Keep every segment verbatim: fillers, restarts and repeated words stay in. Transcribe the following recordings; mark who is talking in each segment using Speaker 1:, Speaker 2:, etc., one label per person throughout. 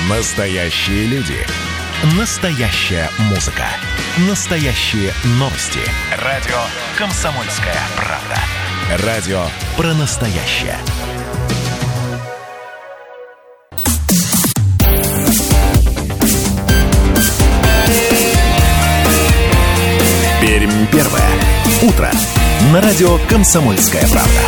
Speaker 1: Настоящие люди. Настоящая музыка. Настоящие новости. Радио «Комсомольская правда». Радио про настоящее. Пермь первое. Утро. На радио «Комсомольская правда».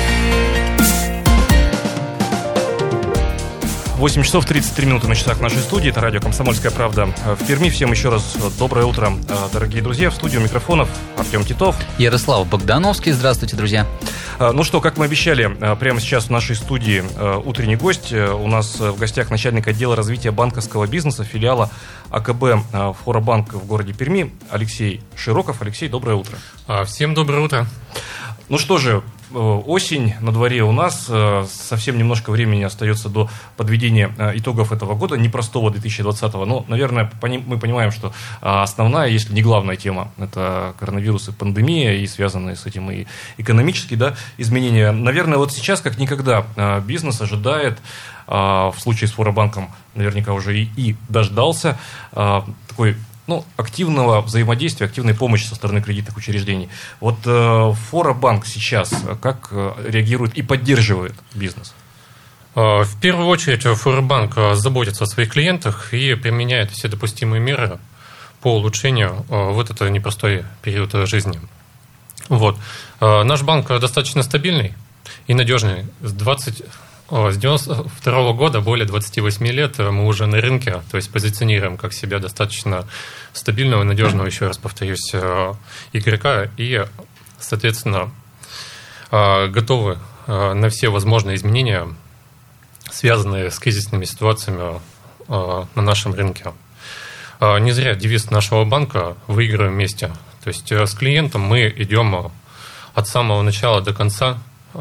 Speaker 2: восемь часов тридцать три минуты на часах нашей студии. Это радио «Комсомольская правда» в Перми. Всем еще раз доброе утро, дорогие друзья. В студию микрофонов Артем Титов.
Speaker 3: Ярослав Богдановский. Здравствуйте, друзья.
Speaker 2: Ну что, как мы обещали, прямо сейчас в нашей студии утренний гость. У нас в гостях начальник отдела развития банковского бизнеса филиала АКБ Форобанк в городе Перми Алексей Широков. Алексей, доброе утро.
Speaker 4: Всем доброе утро.
Speaker 2: Ну что же, осень на дворе у нас, совсем немножко времени остается до подведения итогов этого года, непростого две тысячи двадцатого, но, наверное, мы понимаем, что основная, если не главная тема, это коронавирус и пандемия, и связанные с этим и экономические, да, изменения. Наверное, вот сейчас, как никогда, бизнес ожидает, в случае с Форобанком наверняка уже и, и дождался, такой... Ну, активного взаимодействия, активной помощи со стороны кредитных учреждений. Вот э, Форобанк сейчас как э, реагирует и поддерживает бизнес?
Speaker 4: В первую очередь Форобанк заботится о своих клиентах и применяет все допустимые меры по улучшению в этот непростой период жизни. Вот. Наш банк достаточно стабильный и надежный. С двадцать... С девяносто второго года, более двадцати восьми лет, мы уже на рынке, то есть позиционируем как себя достаточно стабильного, надежного, еще раз повторюсь, игрока и, соответственно, готовы на все возможные изменения, связанные с кризисными ситуациями на нашем рынке. Не зря девиз нашего банка «Выигрываем вместе». То есть с клиентом мы идем от самого начала до конца,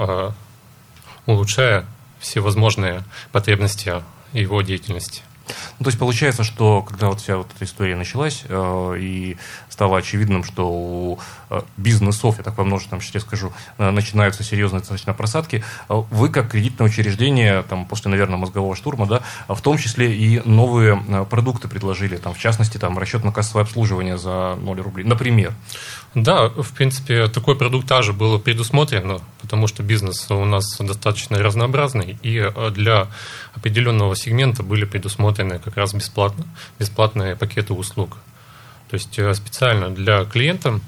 Speaker 4: улучшая все возможные потребности его деятельности.
Speaker 2: Ну, то есть получается, что когда вот вся вот эта история началась, э, и стало очевидным, что у э, бизнесов, я так во множественном числе скажу, э, начинаются серьезные достаточно просадки, э, вы как кредитное учреждение, там, после, наверное, мозгового штурма, да, в том числе и новые э, продукты предложили, там, в частности, там, расчетно-кассовое обслуживание за ноль рублей, например.
Speaker 4: Да, в принципе, такой продукт также был предусмотрен, потому что бизнес у нас достаточно разнообразный, и для определенного сегмента были предусмотрены как раз бесплатно, бесплатные пакеты услуг. То есть специально для клиента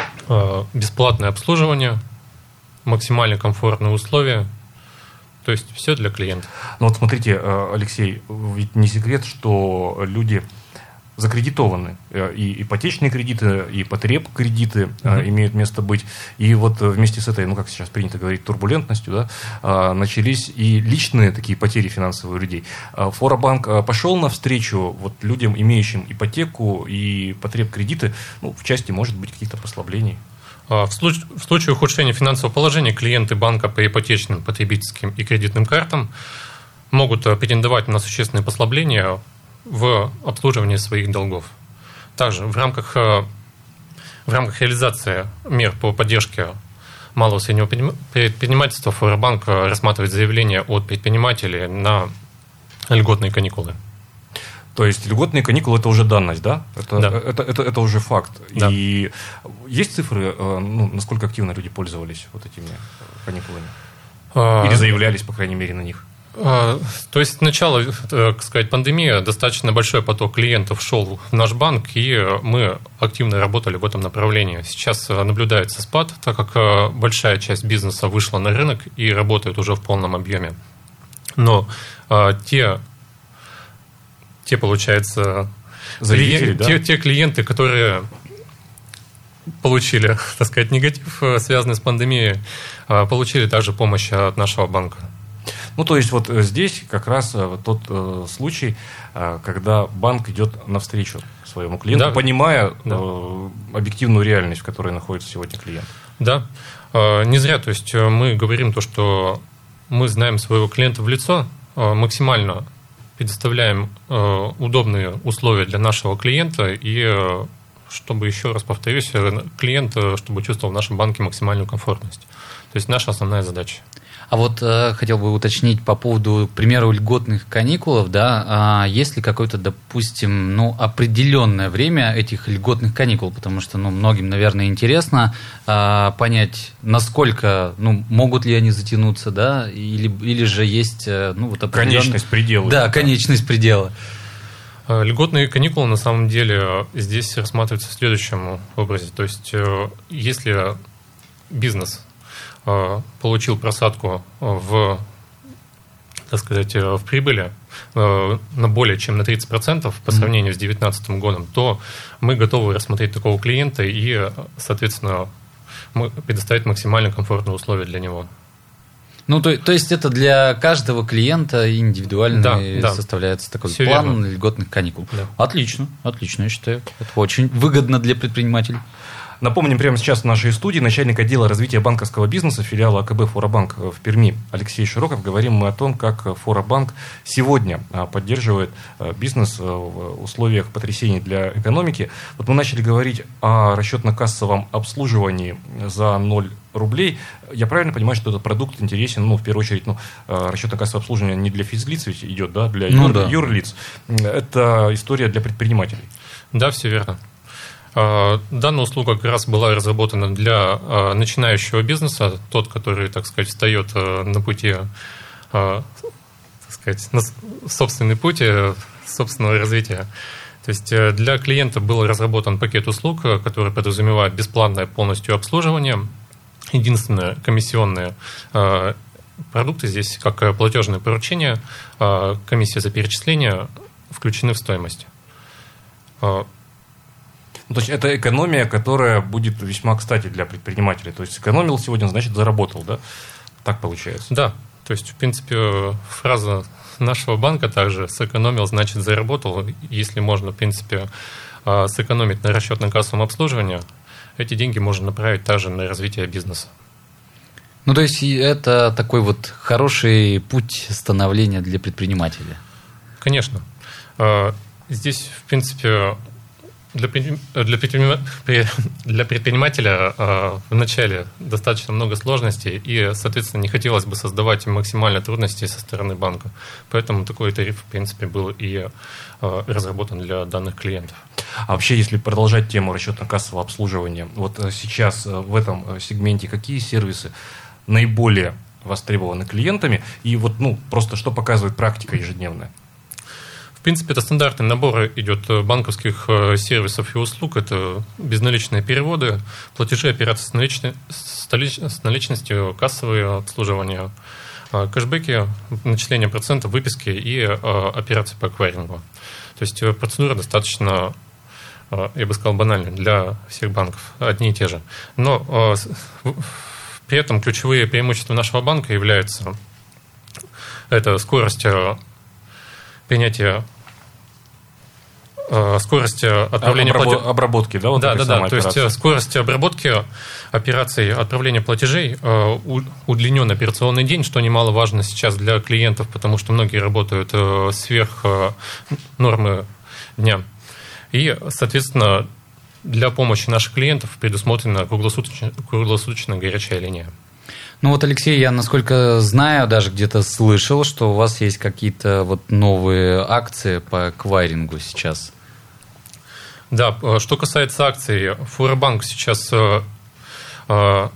Speaker 4: бесплатное обслуживание, максимально комфортные условия. То есть все для клиента.
Speaker 2: Ну вот смотрите, Алексей, ведь не секрет, что люди закредитованы. И ипотечные кредиты, и потреб-кредиты mm-hmm. имеют место быть. И вот вместе с этой, ну как сейчас принято говорить, турбулентностью, да, начались и личные такие потери финансовые у людей. Форобанк пошел навстречу вот людям, имеющим ипотеку и потреб-кредиты, ну, в части, может быть, каких-то послаблений.
Speaker 4: В случае, в случае ухудшения финансового положения клиенты банка по ипотечным, потребительским и кредитным картам могут претендовать на существенные послабления в обслуживании своих долгов. Также в рамках, в рамках реализации мер по поддержке малого и среднего предпринимательства Форобанк рассматривает заявления от предпринимателей на льготные каникулы.
Speaker 2: То есть льготные каникулы – это уже данность, да? Это,
Speaker 4: да.
Speaker 2: это, это, это уже факт.
Speaker 4: Да.
Speaker 2: И есть цифры, ну, насколько активно люди пользовались вот этими каникулами? Или заявлялись, по крайней мере, на них?
Speaker 4: То есть с начала, так сказать, пандемии достаточно большой поток клиентов шел в наш банк, и мы активно работали в этом направлении. Сейчас наблюдается спад, так как большая часть бизнеса вышла на рынок и работает уже в полном объеме. Но те, те получается,
Speaker 2: Заявители,
Speaker 4: клиент,
Speaker 2: да?
Speaker 4: те, те клиенты, которые получили, так сказать, негатив, связанный с пандемией, получили также помощь от нашего банка.
Speaker 2: Ну, то есть, вот здесь как раз тот э, случай, э, когда банк идет навстречу своему клиенту,
Speaker 4: да.
Speaker 2: понимая
Speaker 4: да.
Speaker 2: э, объективную реальность, в которой находится сегодня клиент.
Speaker 4: Да, э, не зря. То есть, мы говорим то, что мы знаем своего клиента в лицо, э, максимально предоставляем э, удобные условия для нашего клиента, и, э, чтобы, еще раз повторюсь, клиент, чтобы чувствовал в нашем банке максимальную комфортность. То есть, наша основная задача.
Speaker 3: А вот э, хотел бы уточнить по поводу, к примеру, льготных каникулов, да, а есть ли какое-то, допустим, ну, определенное время этих льготных каникул, потому что, ну, многим, наверное, интересно э, понять, насколько, ну, могут ли они затянуться, да, или, или же есть, э, ну, вот определенная...
Speaker 2: Конечность предела.
Speaker 3: Да, конечность предела.
Speaker 4: Льготные каникулы, на самом деле, здесь рассматриваются в следующем образе. То есть, если бизнес получил просадку в, так сказать, в прибыли на более чем на тридцать процентов по сравнению с две тысячи девятнадцатым годом, то мы готовы рассмотреть такого клиента и, соответственно, предоставить максимально комфортные условия для него. Ну,
Speaker 3: то, то есть это для каждого клиента индивидуально
Speaker 4: да, да.
Speaker 3: составляется такой
Speaker 4: Все
Speaker 3: план
Speaker 4: верно.
Speaker 3: Льготных каникул.
Speaker 4: Да.
Speaker 3: Отлично, отлично, я считаю. Это очень выгодно для предпринимателей.
Speaker 2: Напомним, прямо сейчас в нашей студии начальник отдела развития банковского бизнеса филиала АКБ «Форабанк» в Перми Алексей Широков. Говорим мы о том, как Форабанк сегодня поддерживает бизнес в условиях потрясений для экономики. Вот мы начали говорить о расчетно-кассовом обслуживании за ноль рублей. Я правильно понимаю, что этот продукт интересен, ну, в первую очередь, ну, расчетно-кассовое обслуживание не для физлиц ведь идет, да, для
Speaker 3: ну,
Speaker 2: юр,
Speaker 3: да.
Speaker 2: юрлиц. Это история для предпринимателей.
Speaker 4: Да, все верно. Данная услуга как раз была разработана для начинающего бизнеса, тот, который, так сказать, встает на пути, так сказать, на собственный путь собственного развития. То есть для клиента был разработан пакет услуг, который подразумевает бесплатное полностью обслуживание. Единственное, комиссионные продукты здесь, как платежные поручения, комиссия за перечисление, включены в стоимость.
Speaker 2: То есть это экономия, которая будет весьма кстати для предпринимателей. То есть сэкономил сегодня, значит заработал, да? Так получается.
Speaker 4: Да, то есть в принципе фраза нашего банка также: сэкономил, значит заработал. Если можно в принципе сэкономить на расчетно-кассовом обслуживании, эти деньги можно направить также на развитие бизнеса.
Speaker 3: Ну, то есть это такой вот хороший путь становления для предпринимателя.
Speaker 4: Конечно. Здесь, в принципе, для, для, для предпринимателя э, в начале достаточно много сложностей, и, соответственно, не хотелось бы создавать максимально трудностей со стороны банка. Поэтому такой тариф, в принципе, был и э, разработан для данных клиентов.
Speaker 2: А вообще, если продолжать тему расчетно-кассового обслуживания, вот сейчас в этом сегменте какие сервисы наиболее востребованы клиентами, и вот, ну, просто что показывает практика ежедневная?
Speaker 4: В принципе, это стандартный набор идет банковских сервисов и услуг. Это безналичные переводы, платежи, операции с, наличной, с наличностью, кассовые обслуживания, кэшбэки, начисление процентов, выписки и операции по аквайрингу. То есть процедура достаточно, я бы сказал, банальная для всех банков, одни и те же. Но при этом ключевые преимущества нашего банка являются это скорость принятия, скорость отправления
Speaker 2: Обрабо-
Speaker 4: платежей.
Speaker 2: Обработки, да? Вот
Speaker 4: да, да, да. То
Speaker 2: операции.
Speaker 4: есть скорость обработки операций, отправления платежей, удлиненный операционный день, что немаловажно сейчас для клиентов, потому что многие работают сверх нормы дня. И, соответственно, для помощи наших клиентов предусмотрена круглосуточная, круглосуточная горячая линия.
Speaker 3: Ну вот, Алексей, я, насколько знаю, даже где-то слышал, что у вас есть какие-то вот новые акции по аквайрингу сейчас.
Speaker 4: Да, что касается акций, Форабанк сейчас э, э,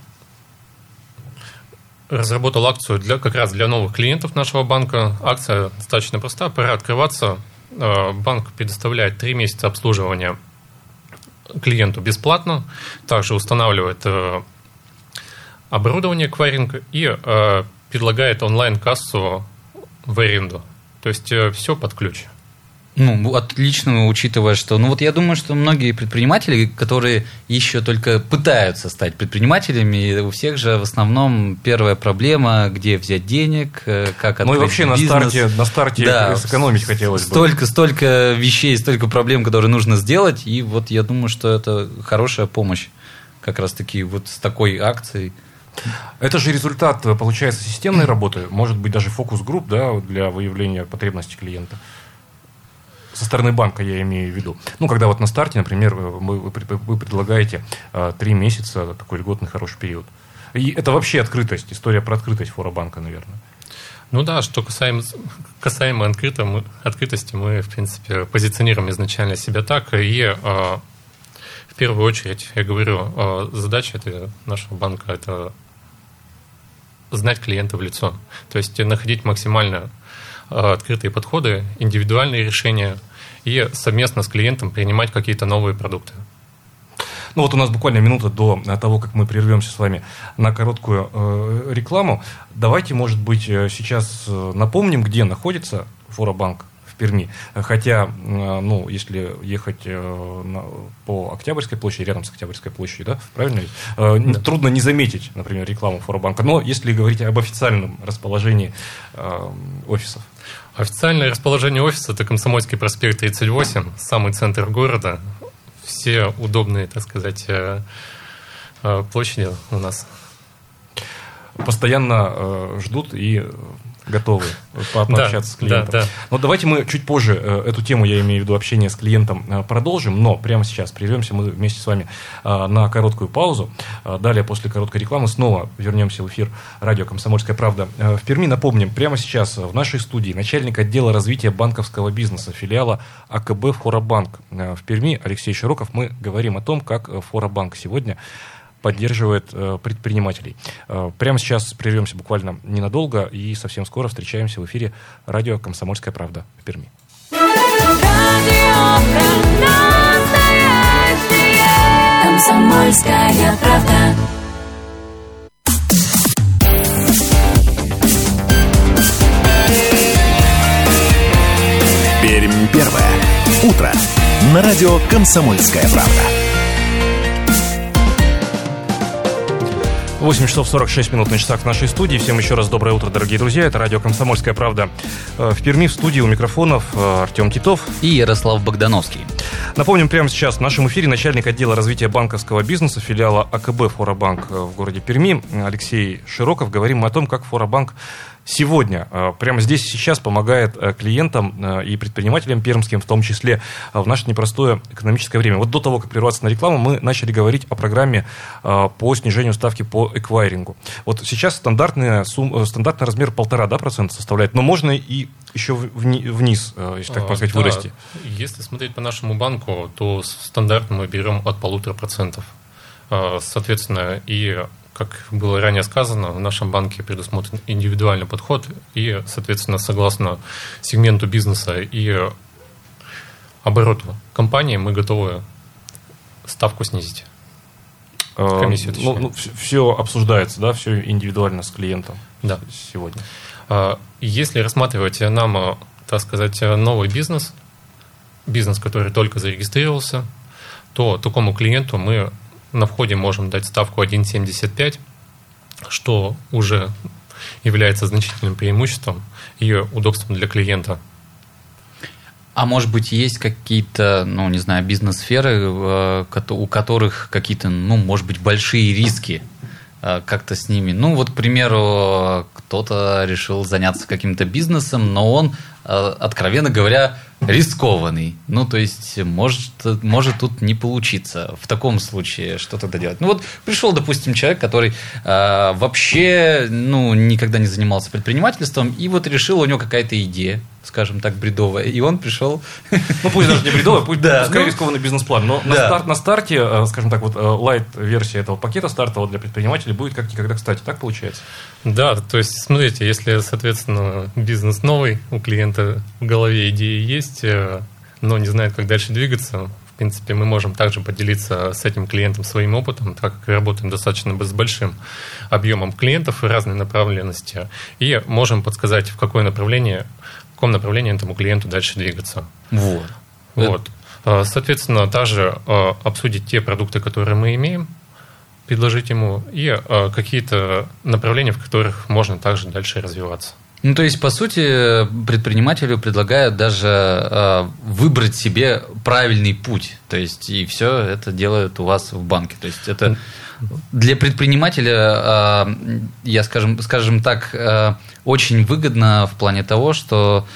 Speaker 4: разработал акцию для, как раз для новых клиентов нашего банка. Акция достаточно проста, пора открываться. Э, банк предоставляет три месяца обслуживания клиенту бесплатно, также устанавливает э, оборудование аквайринга и э, предлагает онлайн-кассу в аренду. То есть э, все под ключ.
Speaker 3: Ну, отлично, учитывая, что... Ну, вот я думаю, что многие предприниматели, которые еще только пытаются стать предпринимателями, у всех же в основном первая проблема, где взять денег, как открыть
Speaker 2: Ну, и вообще
Speaker 3: бизнес.
Speaker 2: на старте, на старте
Speaker 3: да,
Speaker 2: сэкономить хотелось бы.
Speaker 3: Столько, столько вещей, столько проблем, которые нужно сделать, и вот я думаю, что это хорошая помощь как раз-таки вот с такой акцией.
Speaker 2: Это же результат, получается, системной работы, может быть, даже фокус-групп, да, для выявления потребностей клиента. Со стороны банка я имею в виду. Ну, когда вот на старте, например, вы, вы предлагаете три месяца, такой льготный хороший период. И это вообще открытость, история про открытость Форобанка, наверное.
Speaker 4: Ну да, что касаемо, касаемо открыто, мы, открытости, мы, в принципе, позиционируем изначально себя так. И э, в первую очередь, я говорю, э, задача это нашего банка – это знать клиента в лицо. То есть находить максимально э, открытые подходы, индивидуальные решения и совместно с клиентом принимать какие-то новые продукты.
Speaker 2: Ну вот у нас буквально минута до того, как мы прервемся с вами на короткую э, рекламу. Давайте, может быть, сейчас напомним, где находится Форобанк в Перми. Хотя, э, ну, если ехать э, на, по Октябрьской площади, рядом с Октябрьской площадью, да, правильно? Э, да. Трудно не заметить, например, рекламу Форобанка. Но если говорить об официальном расположении э, офисов.
Speaker 4: Официальное расположение офиса – это Комсомольский проспект тридцать восемь, самый центр города. Все удобные, так сказать, площади у нас.
Speaker 2: Постоянно ждут и готовы пообщаться да, с клиентом. Да, да. Но давайте мы чуть позже эту тему, я имею в виду общение с клиентом, продолжим, но прямо сейчас прервемся мы вместе с вами на короткую паузу. Далее, после короткой рекламы, снова вернемся в эфир радио «Комсомольская правда» в Перми. Напомним, прямо сейчас в нашей студии начальник отдела развития банковского бизнеса филиала АКБ «Форобанк» в Перми Алексей Широков. Мы говорим о том, как Форобанк сегодня поддерживает э, предпринимателей. Э, прямо сейчас прервемся буквально ненадолго и совсем скоро встречаемся в эфире радио «Комсомольская правда» в Перми.
Speaker 5: «Комсомольская правда».
Speaker 1: Пермь первое. Утро. На радио «Комсомольская правда».
Speaker 2: восемь часов сорок шесть минут на часах в нашей студии. Всем еще раз доброе утро, дорогие друзья. Это радио «Комсомольская правда» в Перми. В студии у микрофонов Артем Титов
Speaker 3: и Ярослав Богдановский.
Speaker 2: Напомним, прямо сейчас в нашем эфире начальник отдела развития банковского бизнеса филиала АКБ «Форобанк» в городе Перми Алексей Широков. Говорим мы о том, как Форобанк сегодня, прямо здесь и сейчас помогает клиентам и предпринимателям пермским, в том числе в наше непростое экономическое время. Вот до того, как прерваться на рекламу, мы начали говорить о программе по снижению ставки по эквайрингу. Вот сейчас стандартный, сумма, стандартный размер полтора да, процента составляет, но можно и еще вниз, если так сказать,
Speaker 4: да,
Speaker 2: вырасти.
Speaker 4: Если смотреть по нашему банку, то стандартно мы берем от полутора процентов. Соответственно, и как было ранее сказано, в нашем банке предусмотрен индивидуальный подход, и, соответственно, согласно сегменту бизнеса и обороту компании, мы готовы ставку снизить.
Speaker 2: Комиссию, ну, ну, все обсуждается, да, все индивидуально с клиентом
Speaker 4: да.
Speaker 2: сегодня.
Speaker 4: Если рассматривать нам, так сказать, новый бизнес, бизнес, который только зарегистрировался, то такому клиенту мы на входе можем дать ставку один целых семьдесят пять сотых, что уже является значительным преимуществом и удобством для клиента.
Speaker 3: А может быть, есть какие-то, ну, не знаю, бизнес-сферы, у которых какие-то, ну, может быть, большие риски как-то с ними? Ну, вот, к примеру, кто-то решил заняться каким-то бизнесом, но он, откровенно говоря, рискованный. Ну, то есть, может, может тут не получиться. В таком случае что тогда делать? Ну, вот пришел, допустим, человек, который э, вообще, ну, никогда не занимался предпринимательством, и вот решил, у него какая-то идея, скажем так, бредовая, и он пришел...
Speaker 2: Ну, пусть даже не бредовая, пусть
Speaker 3: да,
Speaker 2: пускай
Speaker 3: ну,
Speaker 2: рискованный бизнес-план, но да. на, старт, на старте, скажем так, вот лайт-версия этого пакета стартового для предпринимателей будет как никогда кстати. Так получается?
Speaker 4: Да, то есть, смотрите, если, соответственно, бизнес новый, у клиента в голове идеи есть, но не знает, как дальше двигаться, в принципе, мы можем также поделиться с этим клиентом своим опытом, так как работаем достаточно с большим объемом клиентов и разной направленности, и можем подсказать, в какое направление, в каком направлении этому клиенту дальше двигаться.
Speaker 3: Вот.
Speaker 4: Вот. Соответственно, также обсудить те продукты, которые мы имеем, предложить ему, и какие-то направления, в которых можно также дальше развиваться.
Speaker 3: Ну, то есть, по сути, предпринимателю предлагают даже э, выбрать себе правильный путь. То есть, и все это делают у вас в банке. То есть, это для предпринимателя, э, я скажем, скажем так, э, очень выгодно в плане того, что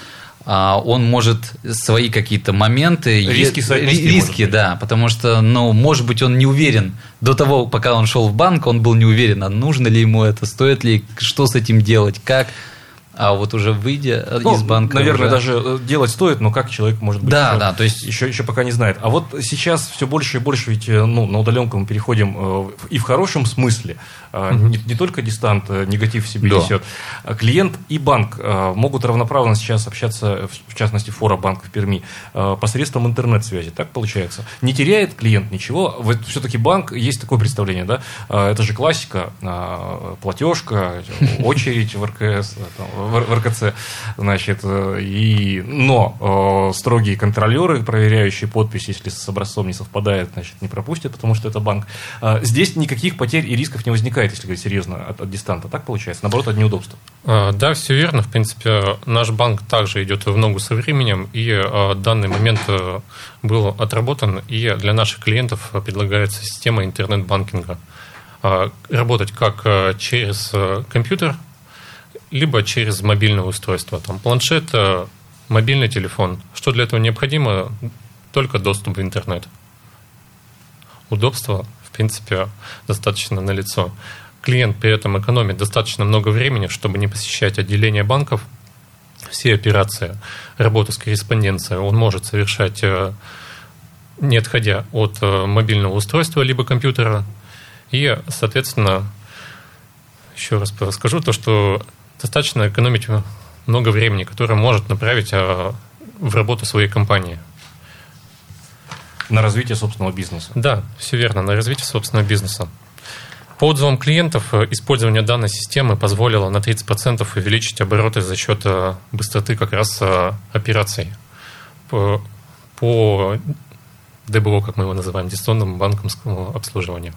Speaker 3: он может свои какие-то моменты...
Speaker 2: Риски соотнести,
Speaker 3: Риски, да, потому что, ну, может быть, он не уверен. До того, пока он шел в банк, он был не уверен, а нужно ли ему это, стоит ли, что с этим делать, как... А вот уже выйдя ну, из банка...
Speaker 2: Наверное,
Speaker 3: уже...
Speaker 2: даже делать стоит, но как человек, может быть,
Speaker 3: да,
Speaker 2: еще,
Speaker 3: да, то есть...
Speaker 2: еще, еще пока не знает. А вот сейчас все больше и больше ведь ну, на удаленку мы переходим и в хорошем смысле. Mm-hmm. Не, не только дистант негатив в себе да. несет. Клиент и банк могут равноправно сейчас общаться, в частности, Фора-банк в Перми, посредством интернет-связи. Так получается? Не теряет клиент ничего. Вот все-таки банк, есть такое представление, да? Это же классика. Платежка, очередь в эр ка эс, в эр ка цэ, значит, и, но э, строгие контролеры, проверяющие подпись, если с образцом не совпадает, значит, не пропустят, потому что это банк. Э, здесь никаких потерь и рисков не возникает, если говорить серьезно, от, от дистанта. Так получается? Наоборот, от неудобства.
Speaker 4: А, да, все верно. В принципе, наш банк также идет в ногу со временем, и а, данный момент а, был отработан, и для наших клиентов предлагается система интернет-банкинга. А, работать как а, через а, компьютер, либо через мобильное устройство, там планшет, мобильный телефон. Что для этого необходимо? Только доступ в интернет. Удобство, в принципе, достаточно налицо. Клиент при этом экономит достаточно много времени, чтобы не посещать отделения банков. Все операции, работу с корреспонденцией он может совершать, не отходя от мобильного устройства либо компьютера. И, соответственно, еще раз расскажу то, что достаточно экономить много времени, которое может направить а, в работу своей компании.
Speaker 2: На развитие собственного бизнеса.
Speaker 4: Да, все верно, на развитие собственного бизнеса. По отзывам клиентов, использование данной системы позволило на тридцать процентов увеличить обороты за счет а, быстроты как раз а, операций по, по дэ бэ о, как мы его называем, дистанционному банковскому обслуживанию.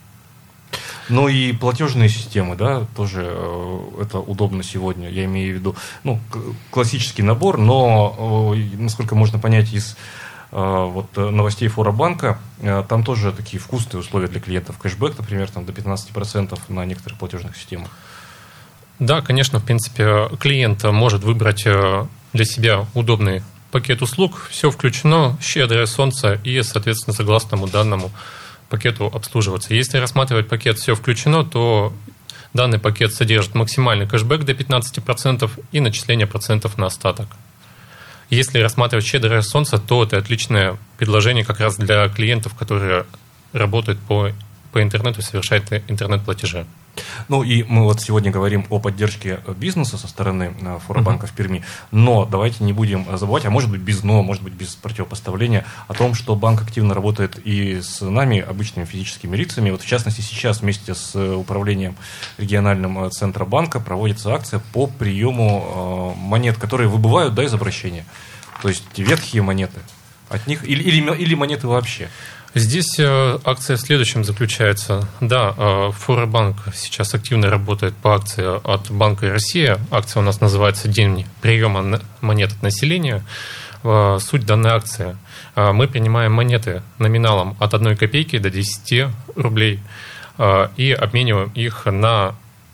Speaker 2: Ну и платежные системы, да, тоже э, это удобно сегодня. Я имею в виду, ну, классический набор, но, э, насколько можно понять из э, вот, новостей Фора-банка, э, там тоже такие вкусные условия для клиентов. Кэшбэк, например, там до пятнадцать процентов на некоторых платежных системах.
Speaker 4: Да, конечно, в принципе, клиент может выбрать для себя удобный пакет услуг. Все включено, щедрое солнце и, соответственно, согласно данному пакету обслуживаться. Если рассматривать пакет «все включено», то данный пакет содержит максимальный кэшбэк до пятнадцать процентов и начисление процентов на остаток. Если рассматривать «щедрое солнце», то это отличное предложение как раз для клиентов, которые работают по, по интернету и совершают интернет-платежи.
Speaker 2: Ну и мы вот сегодня говорим о поддержке бизнеса со стороны Фора-банка uh-huh. в Перми, но давайте не будем забывать, а может быть без «но», может быть без противопоставления, о том, что банк активно работает и с нами, обычными физическими лицами. Вот в частности сейчас вместе с управлением региональным центра банка проводится акция по приему монет, которые выбывают, да, из обращения. То есть ветхие монеты от них или, или, или монеты вообще.
Speaker 4: Здесь акция в следующем заключается. Да, Фора-банк сейчас активно работает по акции от Банка России. Акция у нас называется «День приема монет от населения». Суть данной акции. Мы принимаем монеты номиналом от одной копейки до десяти рублей и обмениваем их на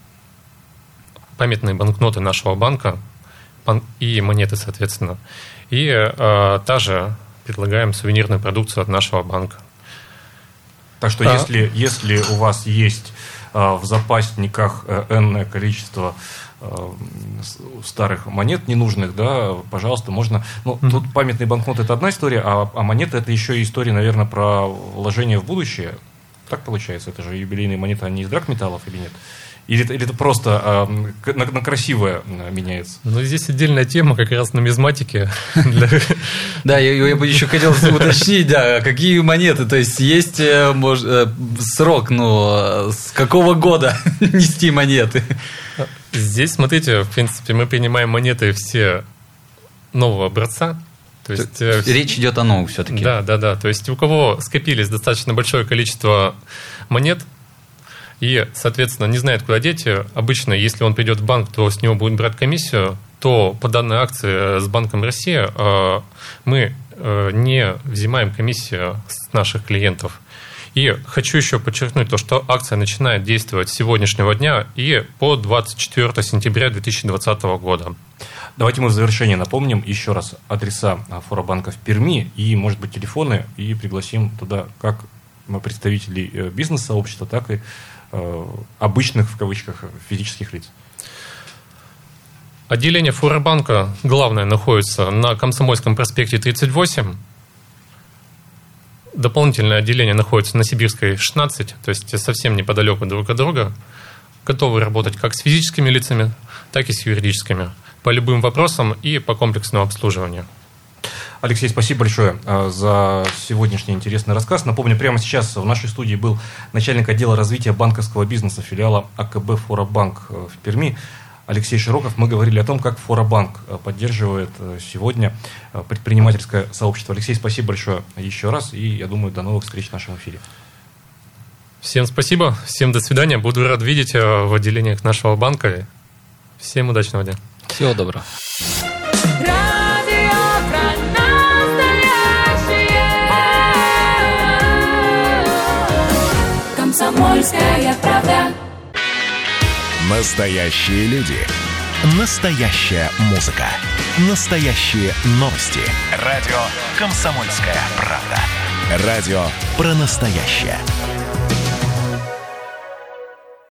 Speaker 4: памятные банкноты нашего банка и монеты, соответственно. И также предлагаем сувенирную продукцию от нашего банка.
Speaker 2: Так что а. если, если у вас есть э, в запасниках э, энное количество э, старых монет ненужных, да, пожалуйста, можно... Ну, mm-hmm. тут памятные банкноты – это одна история, а, а монеты – это еще и история, наверное, про вложение в будущее. Так получается? Это же юбилейные монеты, они из драгметаллов или нет? Или, или это просто э, на, на красивое меняется?
Speaker 4: Ну, здесь отдельная тема как раз нумизматики.
Speaker 3: Да, я еще хотел уточнить, да, какие монеты, то есть есть срок, ну, с какого года нести монеты?
Speaker 4: Здесь, смотрите, в принципе, мы принимаем монеты все нового образца.
Speaker 3: То есть, речь идет о новых все-таки.
Speaker 4: Да, да, да. То есть у кого скопились достаточно большое количество монет, и, соответственно, не знает, куда деть. Обычно, если он придет в банк, то с него будут брать комиссию, то по данной акции с Банком России мы не взимаем комиссию с наших клиентов. И хочу еще подчеркнуть то, что акция начинает действовать с сегодняшнего дня и по двадцать четвёртое сентября две тысячи двадцатого года.
Speaker 2: Давайте мы в завершение напомним еще раз адреса Форобанка в Перми и, может быть, телефоны, и пригласим туда как представителей бизнес-сообщества, так и э, обычных, в кавычках, физических лиц.
Speaker 4: Отделение Форобанка, главное, находится на Комсомольском проспекте тридцать восемь. Дополнительное отделение находится на Сибирской шестнадцать, то есть совсем неподалеку друг от друга. Готовы работать как с физическими лицами, так и с юридическими, по любым вопросам и по комплексному обслуживанию.
Speaker 2: Алексей, спасибо большое за сегодняшний интересный рассказ. Напомню, прямо сейчас в нашей студии был начальник отдела развития банковского бизнеса филиала АКБ «Форобанк» в Перми Алексей Широков. Мы говорили о том, как Форобанк поддерживает сегодня предпринимательское сообщество. Алексей, спасибо большое еще раз, и я думаю, до новых встреч в нашем эфире.
Speaker 4: Всем спасибо, всем до свидания. Буду рад видеть в отделениях нашего банка. Всем удачного дня.
Speaker 3: Всего доброго.
Speaker 1: Комсомольская правда. Настоящие люди. Настоящая музыка. Настоящие новости. Радио «Комсомольская правда». Радио про настоящее.